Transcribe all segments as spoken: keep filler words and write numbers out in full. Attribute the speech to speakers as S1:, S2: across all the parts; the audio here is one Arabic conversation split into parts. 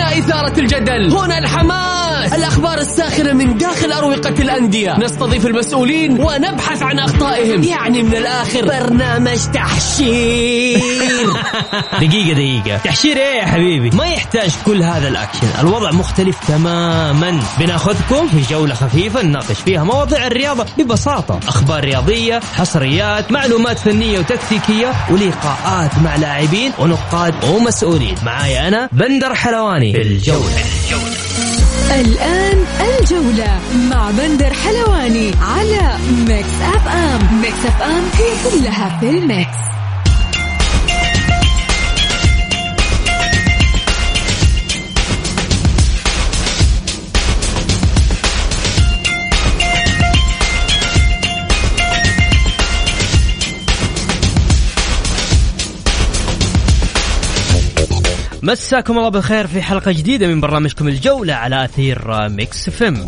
S1: هنا إثارة الجدل، هنا الحماس، الأخبار الساخنة من داخل أروقة الأندية، نستضيف المسؤولين ونبحث عن أخطائهم. يعني من الآخر برنامج تحشير.
S2: دقيقة دقيقة، تحشير إيه يا حبيبي؟ ما يحتاج كل هذا الأكشن، الوضع مختلف تماما. بناخذكم في جولة خفيفة نناقش فيها مواضيع الرياضة ببساطة، أخبار رياضية، حصريات، معلومات فنية وتكتيكية، ولقاءات مع لاعبين ونقاد ومسؤولين. معايا أنا بندر حلواني في الجولة.
S3: الآن الجولة مع بندر حلواني على ميكس أف أم. ميكس أف أم هي كلها في الميكس.
S2: مساكم الله بالخير في حلقة جديدة من برنامجكم الجولة على أثير ميكس فم.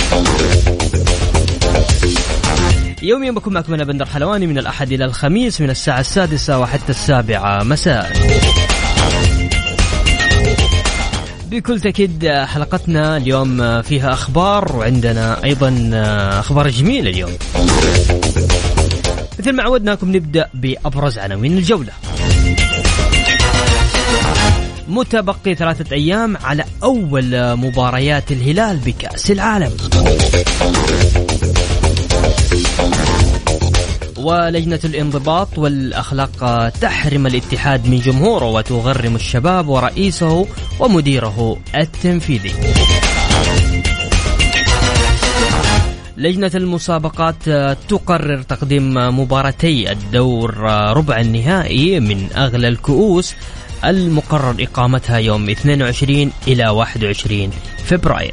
S2: يوميا بكون معكم أنا بندر حلواني من الأحد إلى الخميس من الساعة السادسة وحتى السابعة مساء. بكل تأكيد حلقتنا اليوم فيها أخبار، وعندنا أيضا أخبار جميلة اليوم. مثل ما عودناكم نبدأ بأبرز عناوين الجولة. متبقي ثلاثة أيام على أول مباريات الهلال بكأس العالم. ولجنة الانضباط والأخلاق تحرم الاتحاد من جمهوره وتغرم الشباب ورئيسه ومديره التنفيذي. لجنة المسابقات تقرر تقديم مباراتي الدور ربع النهائي من أغلى الكؤوس المقرر إقامتها يوم اثنين وعشرين إلى واحد وعشرين فبراير.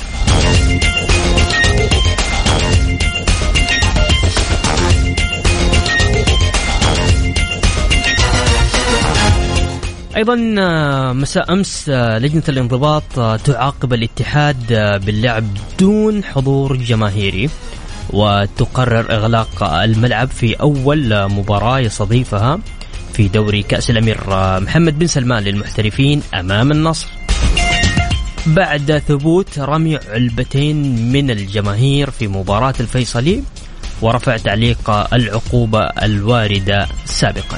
S2: أيضا مساء أمس لجنة الانضباط تعاقب الاتحاد باللعب دون حضور جماهيري، وتقرر إغلاق الملعب في أول مباراة يستضيفها في دوري كأس الأمير محمد بن سلمان للمحترفين أمام النصر، بعد ثبوت رمي علبتين من الجماهير في مباراة الفيصلي ورفع تعليق العقوبة الواردة سابقا.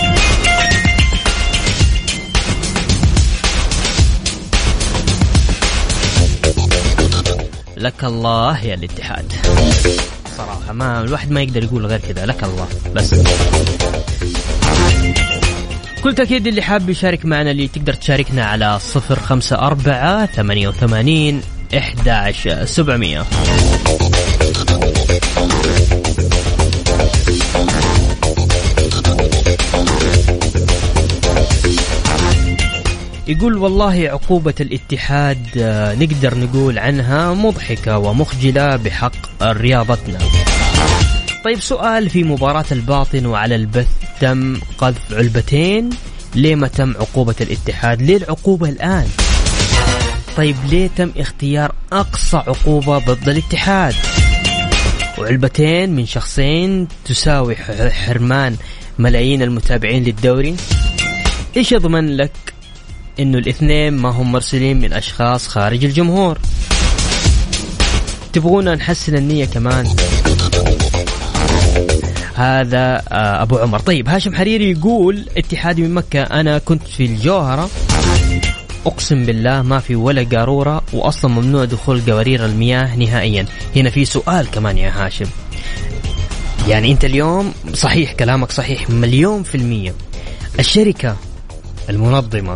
S2: لك الله يا الاتحاد، صراحة ما الواحد ما يقدر يقول غير كذا، لك الله. بس كل تأكيد اللي حاب يشارك معنا اللي تقدر تشاركنا على صفر خمسة أربعة ثمانية وثمانين أحد عشر سبعمية. يقول والله عقوبة الاتحاد نقدر نقول عنها مضحكة ومخجلة بحق رياضتنا. طيب سؤال، في مباراة الباطن وعلى البث تم قذف علبتين، ليه ما تم عقوبة الاتحاد؟ ليه العقوبة الآن؟ طيب ليه تم اختيار أقصى عقوبة ضد الاتحاد؟ وعلبتين من شخصين تساوي حرمان ملايين المتابعين للدوري؟ إيش يضمن لك إنه الاثنين ما هم مرسلين من أشخاص خارج الجمهور؟ تبغونا نحسن النية كمان؟ هذا أبو عمر. طيب هاشم حريري يقول اتحادي من مكة، أنا كنت في الجوهرة أقسم بالله ما في ولا قارورة، وأصلا ممنوع دخول قوارير المياه نهائيا. هنا في سؤال كمان يا هاشم، يعني أنت اليوم صحيح كلامك صحيح مليون في المية، الشركة المنظمة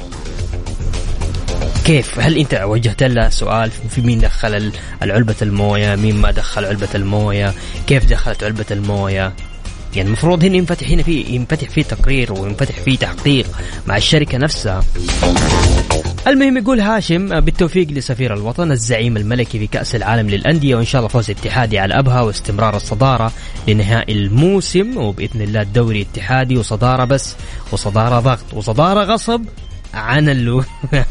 S2: كيف؟ هل أنت وجهت لها سؤال في مين دخل العلبة الموية، مين ما دخل علبة الموية، كيف دخلت علبة الموية؟ يعني المفروض هنا ينفتح هنا في ينفتح فيه تقرير وينفتح فيه تحقيق مع الشركة نفسها. المهم يقول هاشم بالتوفيق لسفير الوطن الزعيم الملكي في كأس العالم للأندية، وإن شاء الله فوز اتحادي على أبها واستمرار الصدارة لنهاء الموسم، وبإذن الله الدوري اتحادي وصدارة بس، وصدارة ضغط وصدارة غصب عن اللو.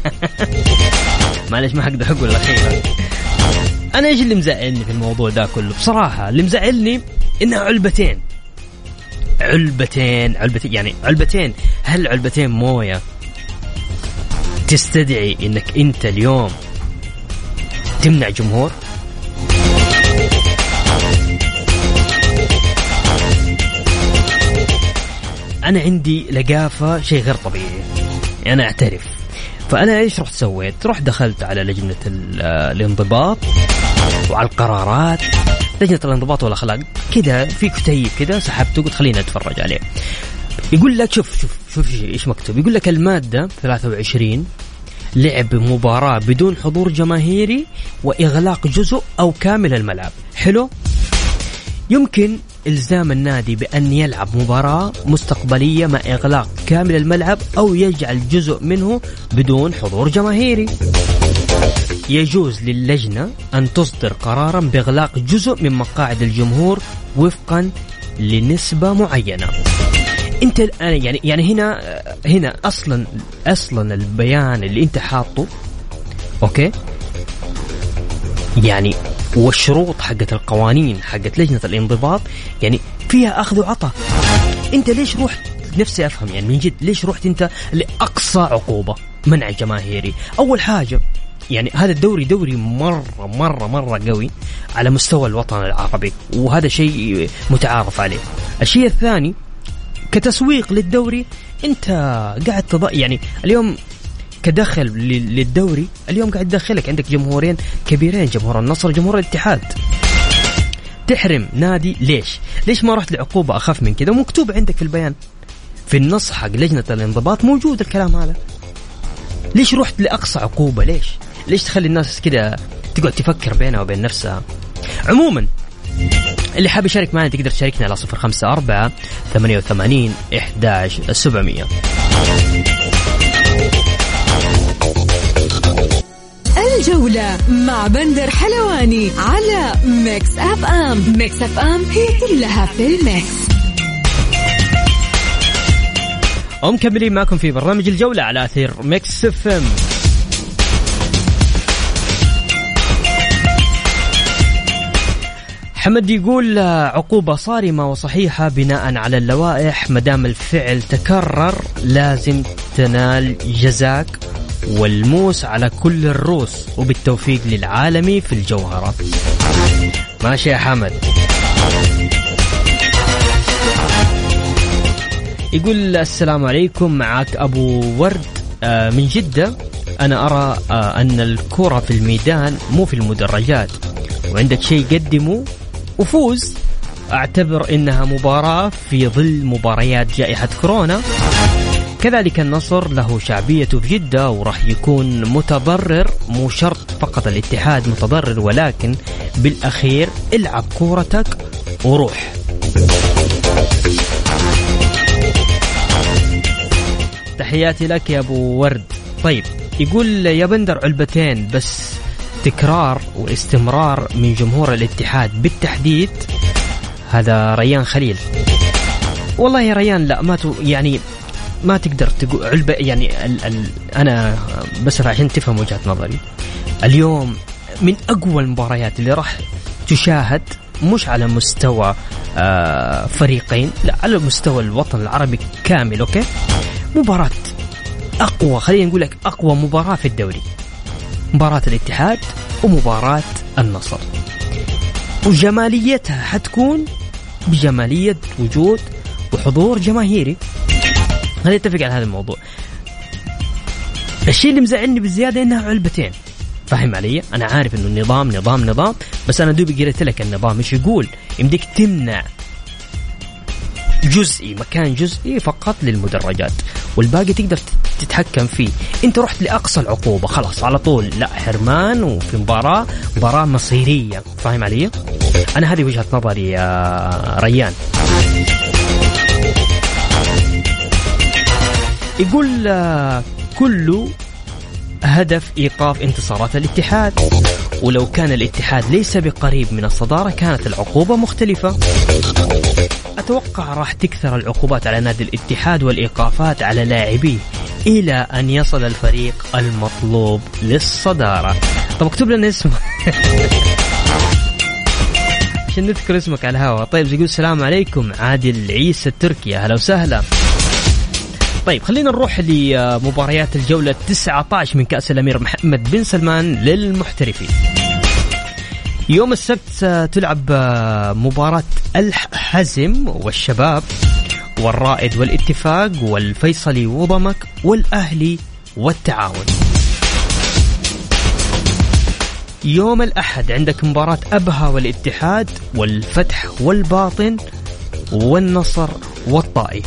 S2: معلش ما حقدر أقول الأخيرة. أنا إيش اللي مزعلني في الموضوع ده كله بصراحة؟ اللي مزعلني إنها علبتين علبتين علبتين يعني علبتين هل علبتين موية تستدعي انك انت اليوم تمنع جمهور؟ انا عندي لقافة شيء غير طبيعي، انا اعترف. فانا ايش رحت سويت؟ رحت دخلت على لجنة الانضباط وعلى القرارات، لجنة الانضباط والاخلاق كده، في كتيب كده سحبته قلت خلينا نتفرج عليه. يقول لك شوف شوف شوف ايش مكتوب. يقول لك المادة ثلاثة وعشرين لعب مباراة بدون حضور جماهيري وإغلاق جزء أو كامل الملعب. حلو. يمكن إلزام النادي بأن يلعب مباراة مستقبلية مع إغلاق كامل الملعب أو يجعل جزء منه بدون حضور جماهيري. يجوز للجنة أن تصدر قرارا بإغلاق جزء من مقاعد الجمهور وفقا لنسبة معينة. انت يعني يعني هنا هنا اصلا اصلا البيان اللي انت حاطه اوكي يعني، والشروط حقت القوانين حقت لجنة الانضباط يعني فيها اخذ وعطاء. انت ليش رحت، نفسي افهم يعني من جد ليش رحت انت لاقصى عقوبة منع جماهيري؟ اول حاجة يعني هذا الدوري دوري مرة مرة مرة قوي على مستوى الوطن العربي، وهذا شيء متعارف عليه. الشيء الثاني كتسويق للدوري، انت قاعد تض... يعني اليوم كدخل للدوري اليوم قاعد تدخلك عندك جمهورين كبيرين، جمهور النصر جمهور الاتحاد. تحرم نادي ليش؟ ليش ما رحت لعقوبة أخف من كده؟ ومكتوب عندك في البيان في النص حق لجنة الانضباط موجود الكلام هذا. ليش رحت لأقصى عقوبة؟ ليش ليش تخلي الناس كده تقعد تفكر بينها وبين نفسها؟ عموما اللي حاب يشارك معنا تقدر تشاركنا على صفر خمسة أربعة ثمانية وثمانين إحداش سبعمية.
S3: الجولة مع بندر حلواني على ميكس أف أم. ميكس أف أم هي كلها في الميكس.
S2: ومكملين معكم في برنامج الجولة على أثير ميكس أف أم. حمد يقول عقوبة صارمة وصحيحة بناء على اللوائح، مدام الفعل تكرر لازم تنال جزاك والموس على كل الروس، وبالتوفيق للعالمي في الجوهرة. ماشي يا حمد. يقول السلام عليكم، معك أبو ورد من جدة. أنا أرى أن الكرة في الميدان مو في المدرجات، وعندك شيء قدمه وفوز. أعتبر إنها مباراة في ظل مباريات جائحة كورونا. كذلك النصر له شعبيته في جدة وراح يكون متضرر، مو شرط فقط الاتحاد متضرر، ولكن بالأخير العب كورتك وروح. تحياتي لك يا أبو ورد. طيب يقول يا بندر علبتين بس تكرار واستمرار من جمهور الاتحاد بالتحديد. هذا ريان خليل. والله يا ريان لا ما تو يعني ما تقدر تقول علبة يعني ال ال أنا بس عشان تفهم وجهة نظري. اليوم من أقوى المباريات اللي راح تشاهد مش على مستوى آه فريقين، لا على مستوى الوطن العربي كامل. أوكي مباراة أقوى، خلينا نقول لك أقوى مباراة في الدوري، مباراة الاتحاد ومباراة النصر، وجماليتها حتكون بجمالية وجود وحضور جماهيري. خلينا نتفق على هذا الموضوع. الشيء اللي مزعلني بالزيادة إنها علبتين، فاهم علي؟ أنا عارف إنه النظام نظام نظام، بس أنا دوبي قلت لك النظام مش يقول يمديك تمنع جزئي، مكان جزئي فقط للمدرجات، والباقي تقدر تتحكم فيه. انت رحت لأقصى العقوبة خلاص على طول، لا حرمان، وفي مباراة مباراة مصيرية، فاهم علي؟ أنا هذه وجهة نظري يا ريان. يقول كل هدف إيقاف انتصارات الاتحاد، ولو كان الاتحاد ليس بقريب من الصدارة كانت العقوبة مختلفة. أتوقع راح تكثر العقوبات على نادي الاتحاد والإيقافات على لاعبيه إلى أن يصل الفريق المطلوب للصدارة. طب اكتب لنا اسمه عشان نذكر اسمك على الهواء. طيب يقول السلام عليكم، عادل عيسى التركي، أهلا وسهلا. طيب خلينا نروح لمباريات الجولة تسعة عشر من كأس الأمير محمد بن سلمان للمحترفين. يوم السبت تلعب مباراة الحزم والشباب والرائد والاتفاق والفيصلي وضمك والأهلي والتعاون. يوم الأحد عندك مباراة أبها والاتحاد والفتح والباطن والنصر والطائي.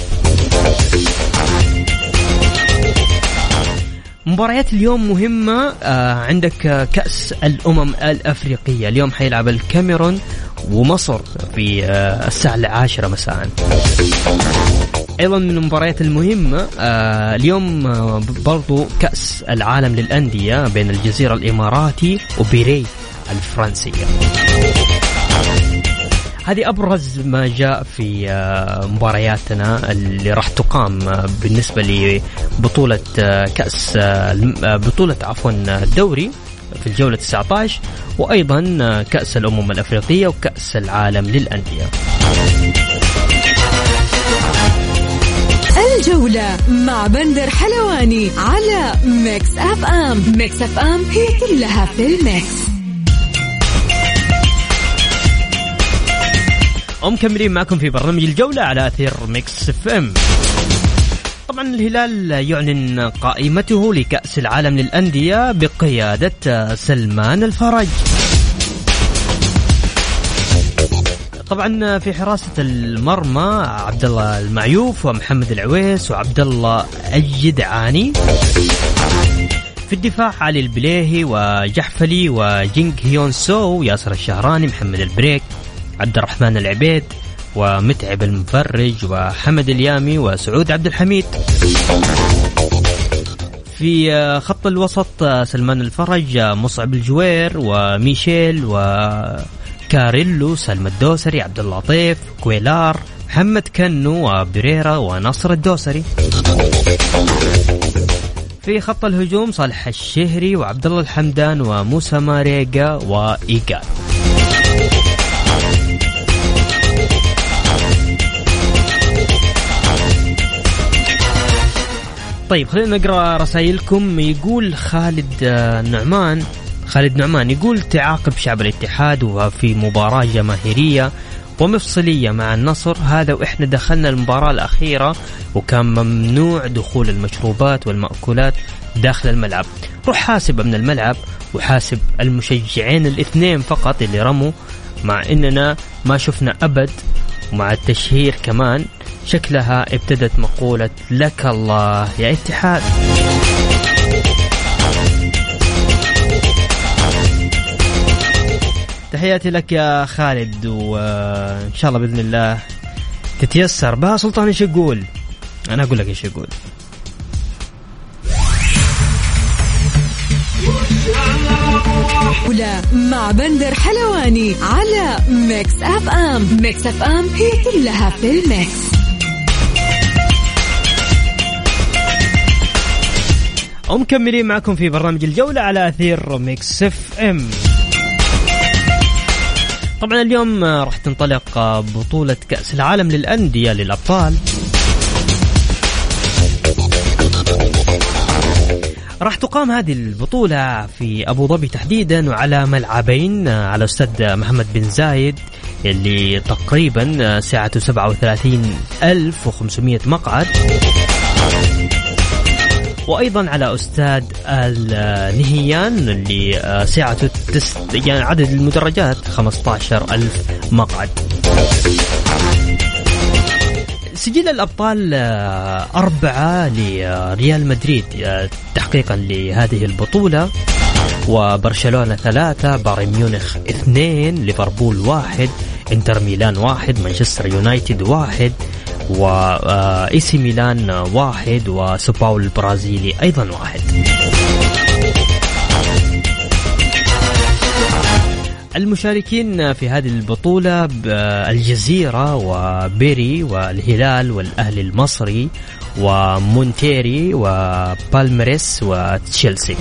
S2: مباريات اليوم مهمة. آه عندك كأس الأمم الأفريقية اليوم حيلعب الكاميرون ومصر في آه الساعة العاشرة مساء. أيضا من المباريات المهمة آه اليوم آه برضو كأس العالم للأندية بين الجزيرة الإماراتي وبيري الفرنسية. هذه أبرز ما جاء في مبارياتنا اللي راح تقام بالنسبة لبطولة كأس بطولة عفوا الدوري في الجولة تسعة عشر وأيضا كأس الأمم الأفريقية وكأس العالم للأندية.
S3: الجولة مع بندر حلواني على ميكس أف أم. ميكس أف أم هي كلها في الميكس.
S2: ومكملين معكم في برنامج الجولة على أثير ميكس اف ام. طبعا الهلال يعلن قائمته لكأس العالم للأندية بقيادة سلمان الفرج. طبعا في حراسة المرمى عبد الله المعيوف ومحمد العويس وعبد الله الجدعاني. في الدفاع علي البليهي وجحفلي وجينغ هيون سو ياسر الشهراني محمد البريك عبد الرحمن العبيد ومتعب المفرج وحمد اليامي وسعود عبد الحميد. في خط الوسط سلمان الفرج مصعب الجوير وميشيل وكاريلو سلم الدوسري عبد اللطيف كويلار محمد كنو وبريرا وناصر الدوسري. في خط الهجوم صالح الشهري وعبد الله الحمدان وموسى ماريجا وإيجار. طيب خلينا نقرأ رسائلكم. يقول خالد نعمان خالد نعمان يقول تعاقب شعب الاتحاد وفي مباراة جماهيرية ومفصلية مع النصر هذا وإحنا دخلنا المباراة الأخيرة وكان ممنوع دخول المشروبات والمأكولات داخل الملعب. روح حاسب من الملعب وحاسب المشجعين الاثنين فقط اللي رموا مع إننا ما شفنا أبد. ومع التشهير كمان شكلها ابتدت مقولة لك الله يا اتحاد. تحياتي لك يا خالد وإن شاء الله بإذن الله تتيسر. بها سلطان إيش يقول؟ أنا أقول لك إيش يقول.
S3: ولا مع بندر حلواني على ميكس أف أم. ميكس أف أم هي كلها في الميكس.
S2: ومكملين معكم في برنامج الجولة على أثير ميكس اف ام. طبعا اليوم راح تنطلق بطولة كأس العالم للأندية للأبطال. راح تقام هذه البطولة في أبو ظبي تحديدا وعلى ملعبين على استاد محمد بن زايد اللي تقريبا سعته سبعة وثلاثين ألف وخمسمائة مقعد وأيضا على أستاد النهيان اللي سعته تس... يعني عدد المدرجات خمسة عشر ألف مقعد. سجل الأبطال أربعة لريال مدريد تحقيقا لهذه البطولة وبرشلونة ثلاثة بايرن ميونخ اثنين ليفربول واحد انتر ميلان واحد مانشستر يونايتد واحد وإي سي ميلان واحد وسوباول البرازيلي أيضا واحد. المشاركين في هذه البطولة الجزيرة وبيري والهلال والأهلي المصري ومونتيري وبالميريس وتشيلسي.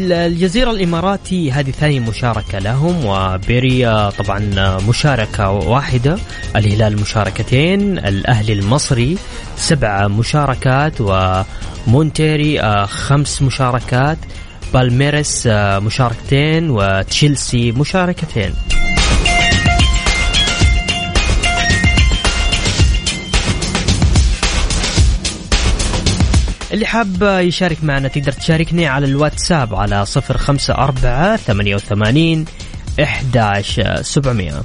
S2: الجزيرة الإماراتي هذه ثاني مشاركة لهم، وبيري طبعا مشاركة واحدة، الهلال مشاركتين، الأهلي المصري سبع مشاركات، ومونتيري خمس مشاركات، بالميرس مشاركتين، وتشيلسي مشاركتين. اللي حاب يشارك معنا تقدر تشاركني على الواتساب على صفر خمسة أربعة ثمانية وثمانين أحد عشر سبعمية.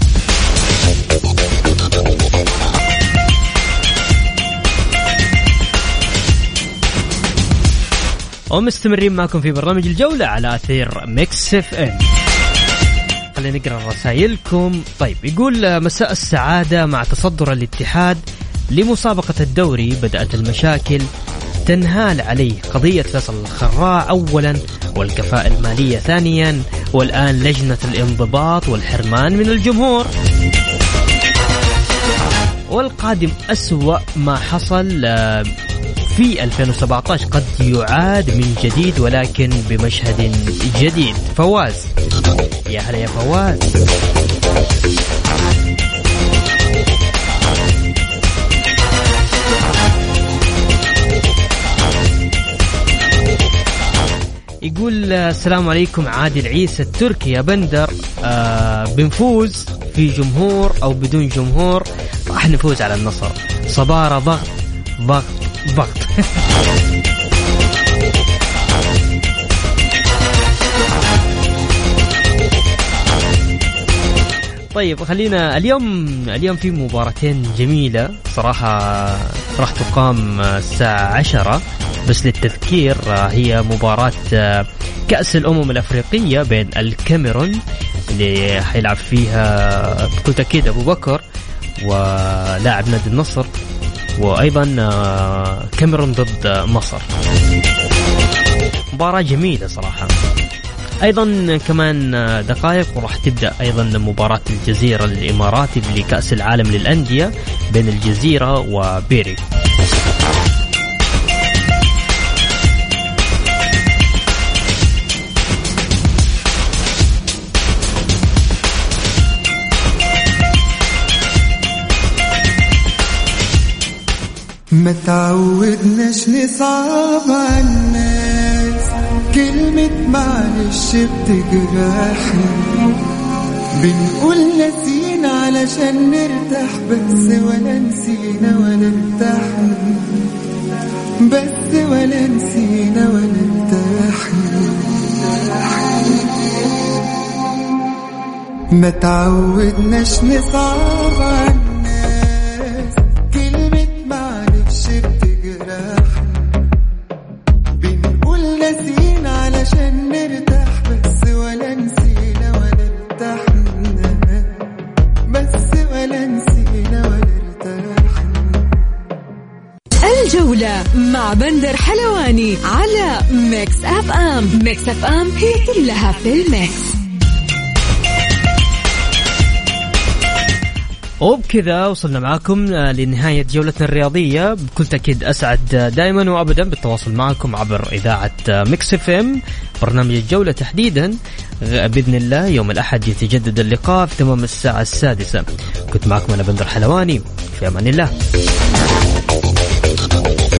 S2: ومستمرين معكم في برنامج الجولة على أثير ميكس اف ام. خلينا نقرأ رسائلكم. طيب يقول مساء السعادة، مع تصدر الاتحاد لمسابقة الدوري بدأت المشاكل تنهال عليه، قضية فيصل الخراع أولا، والكفاءة المالية ثانيا، والآن لجنة الانضباط والحرمان من الجمهور، والقادم أسوأ ما حصل في ألفين وسبعة عشر قد يعاد من جديد ولكن بمشهد جديد. فواز، يا هلا يا فواز. يقول السلام عليكم، عادل عيسى التركي يا بندر، آه بنفوز في جمهور أو بدون جمهور راح نفوز على النصر، صبارة ضغط ضغط ضغط. طيب خلينا اليوم اليوم في مباراتين جميلة صراحة راح تقام الساعة عشرة، بس للتذكير هي مباراة كأس الأمم الأفريقية بين الكاميرون اللي حيلعب فيها بكل تأكيد أبو بكر ولاعب نادي النصر، وأيضا كاميرون ضد مصر. مباراة جميلة صراحة. أيضا كمان دقائق وراح تبدأ أيضا مباراة الجزيرة الإماراتي لكأس العالم للأندية بين الجزيرة وبيري.
S4: ما تعودناش نصعب على الناس، كلمة معلش بتجرحنا، بنقول نسينا علشان نرتاح بس ولا نسينا ولا ارتحنا، بس ولا نسينا ولا ارتحنا. ما تعودناش نصعب على الناس، كلمة معلش بتجرحنا، بنقول نسينا علشان نرتاح بس ولا نسينا ولا ارتحنا، بس ولا نسينا ولا ارتحنا.
S3: الجولة مع بندر حلواني على ميكس اف ام. ميكس اف ام هي كلها في الميكس.
S2: وبكذا وصلنا معاكم لنهاية جولتنا الرياضية. بكل تأكيد أسعد دائما وأبدا بالتواصل معكم عبر إذاعة ميكس اف ام. برنامج الجولة تحديدا بإذن الله يوم الأحد يتجدد اللقاء في تمام الساعة السادسة. كنت معكم أنا بندر حلواني، في أمان الله.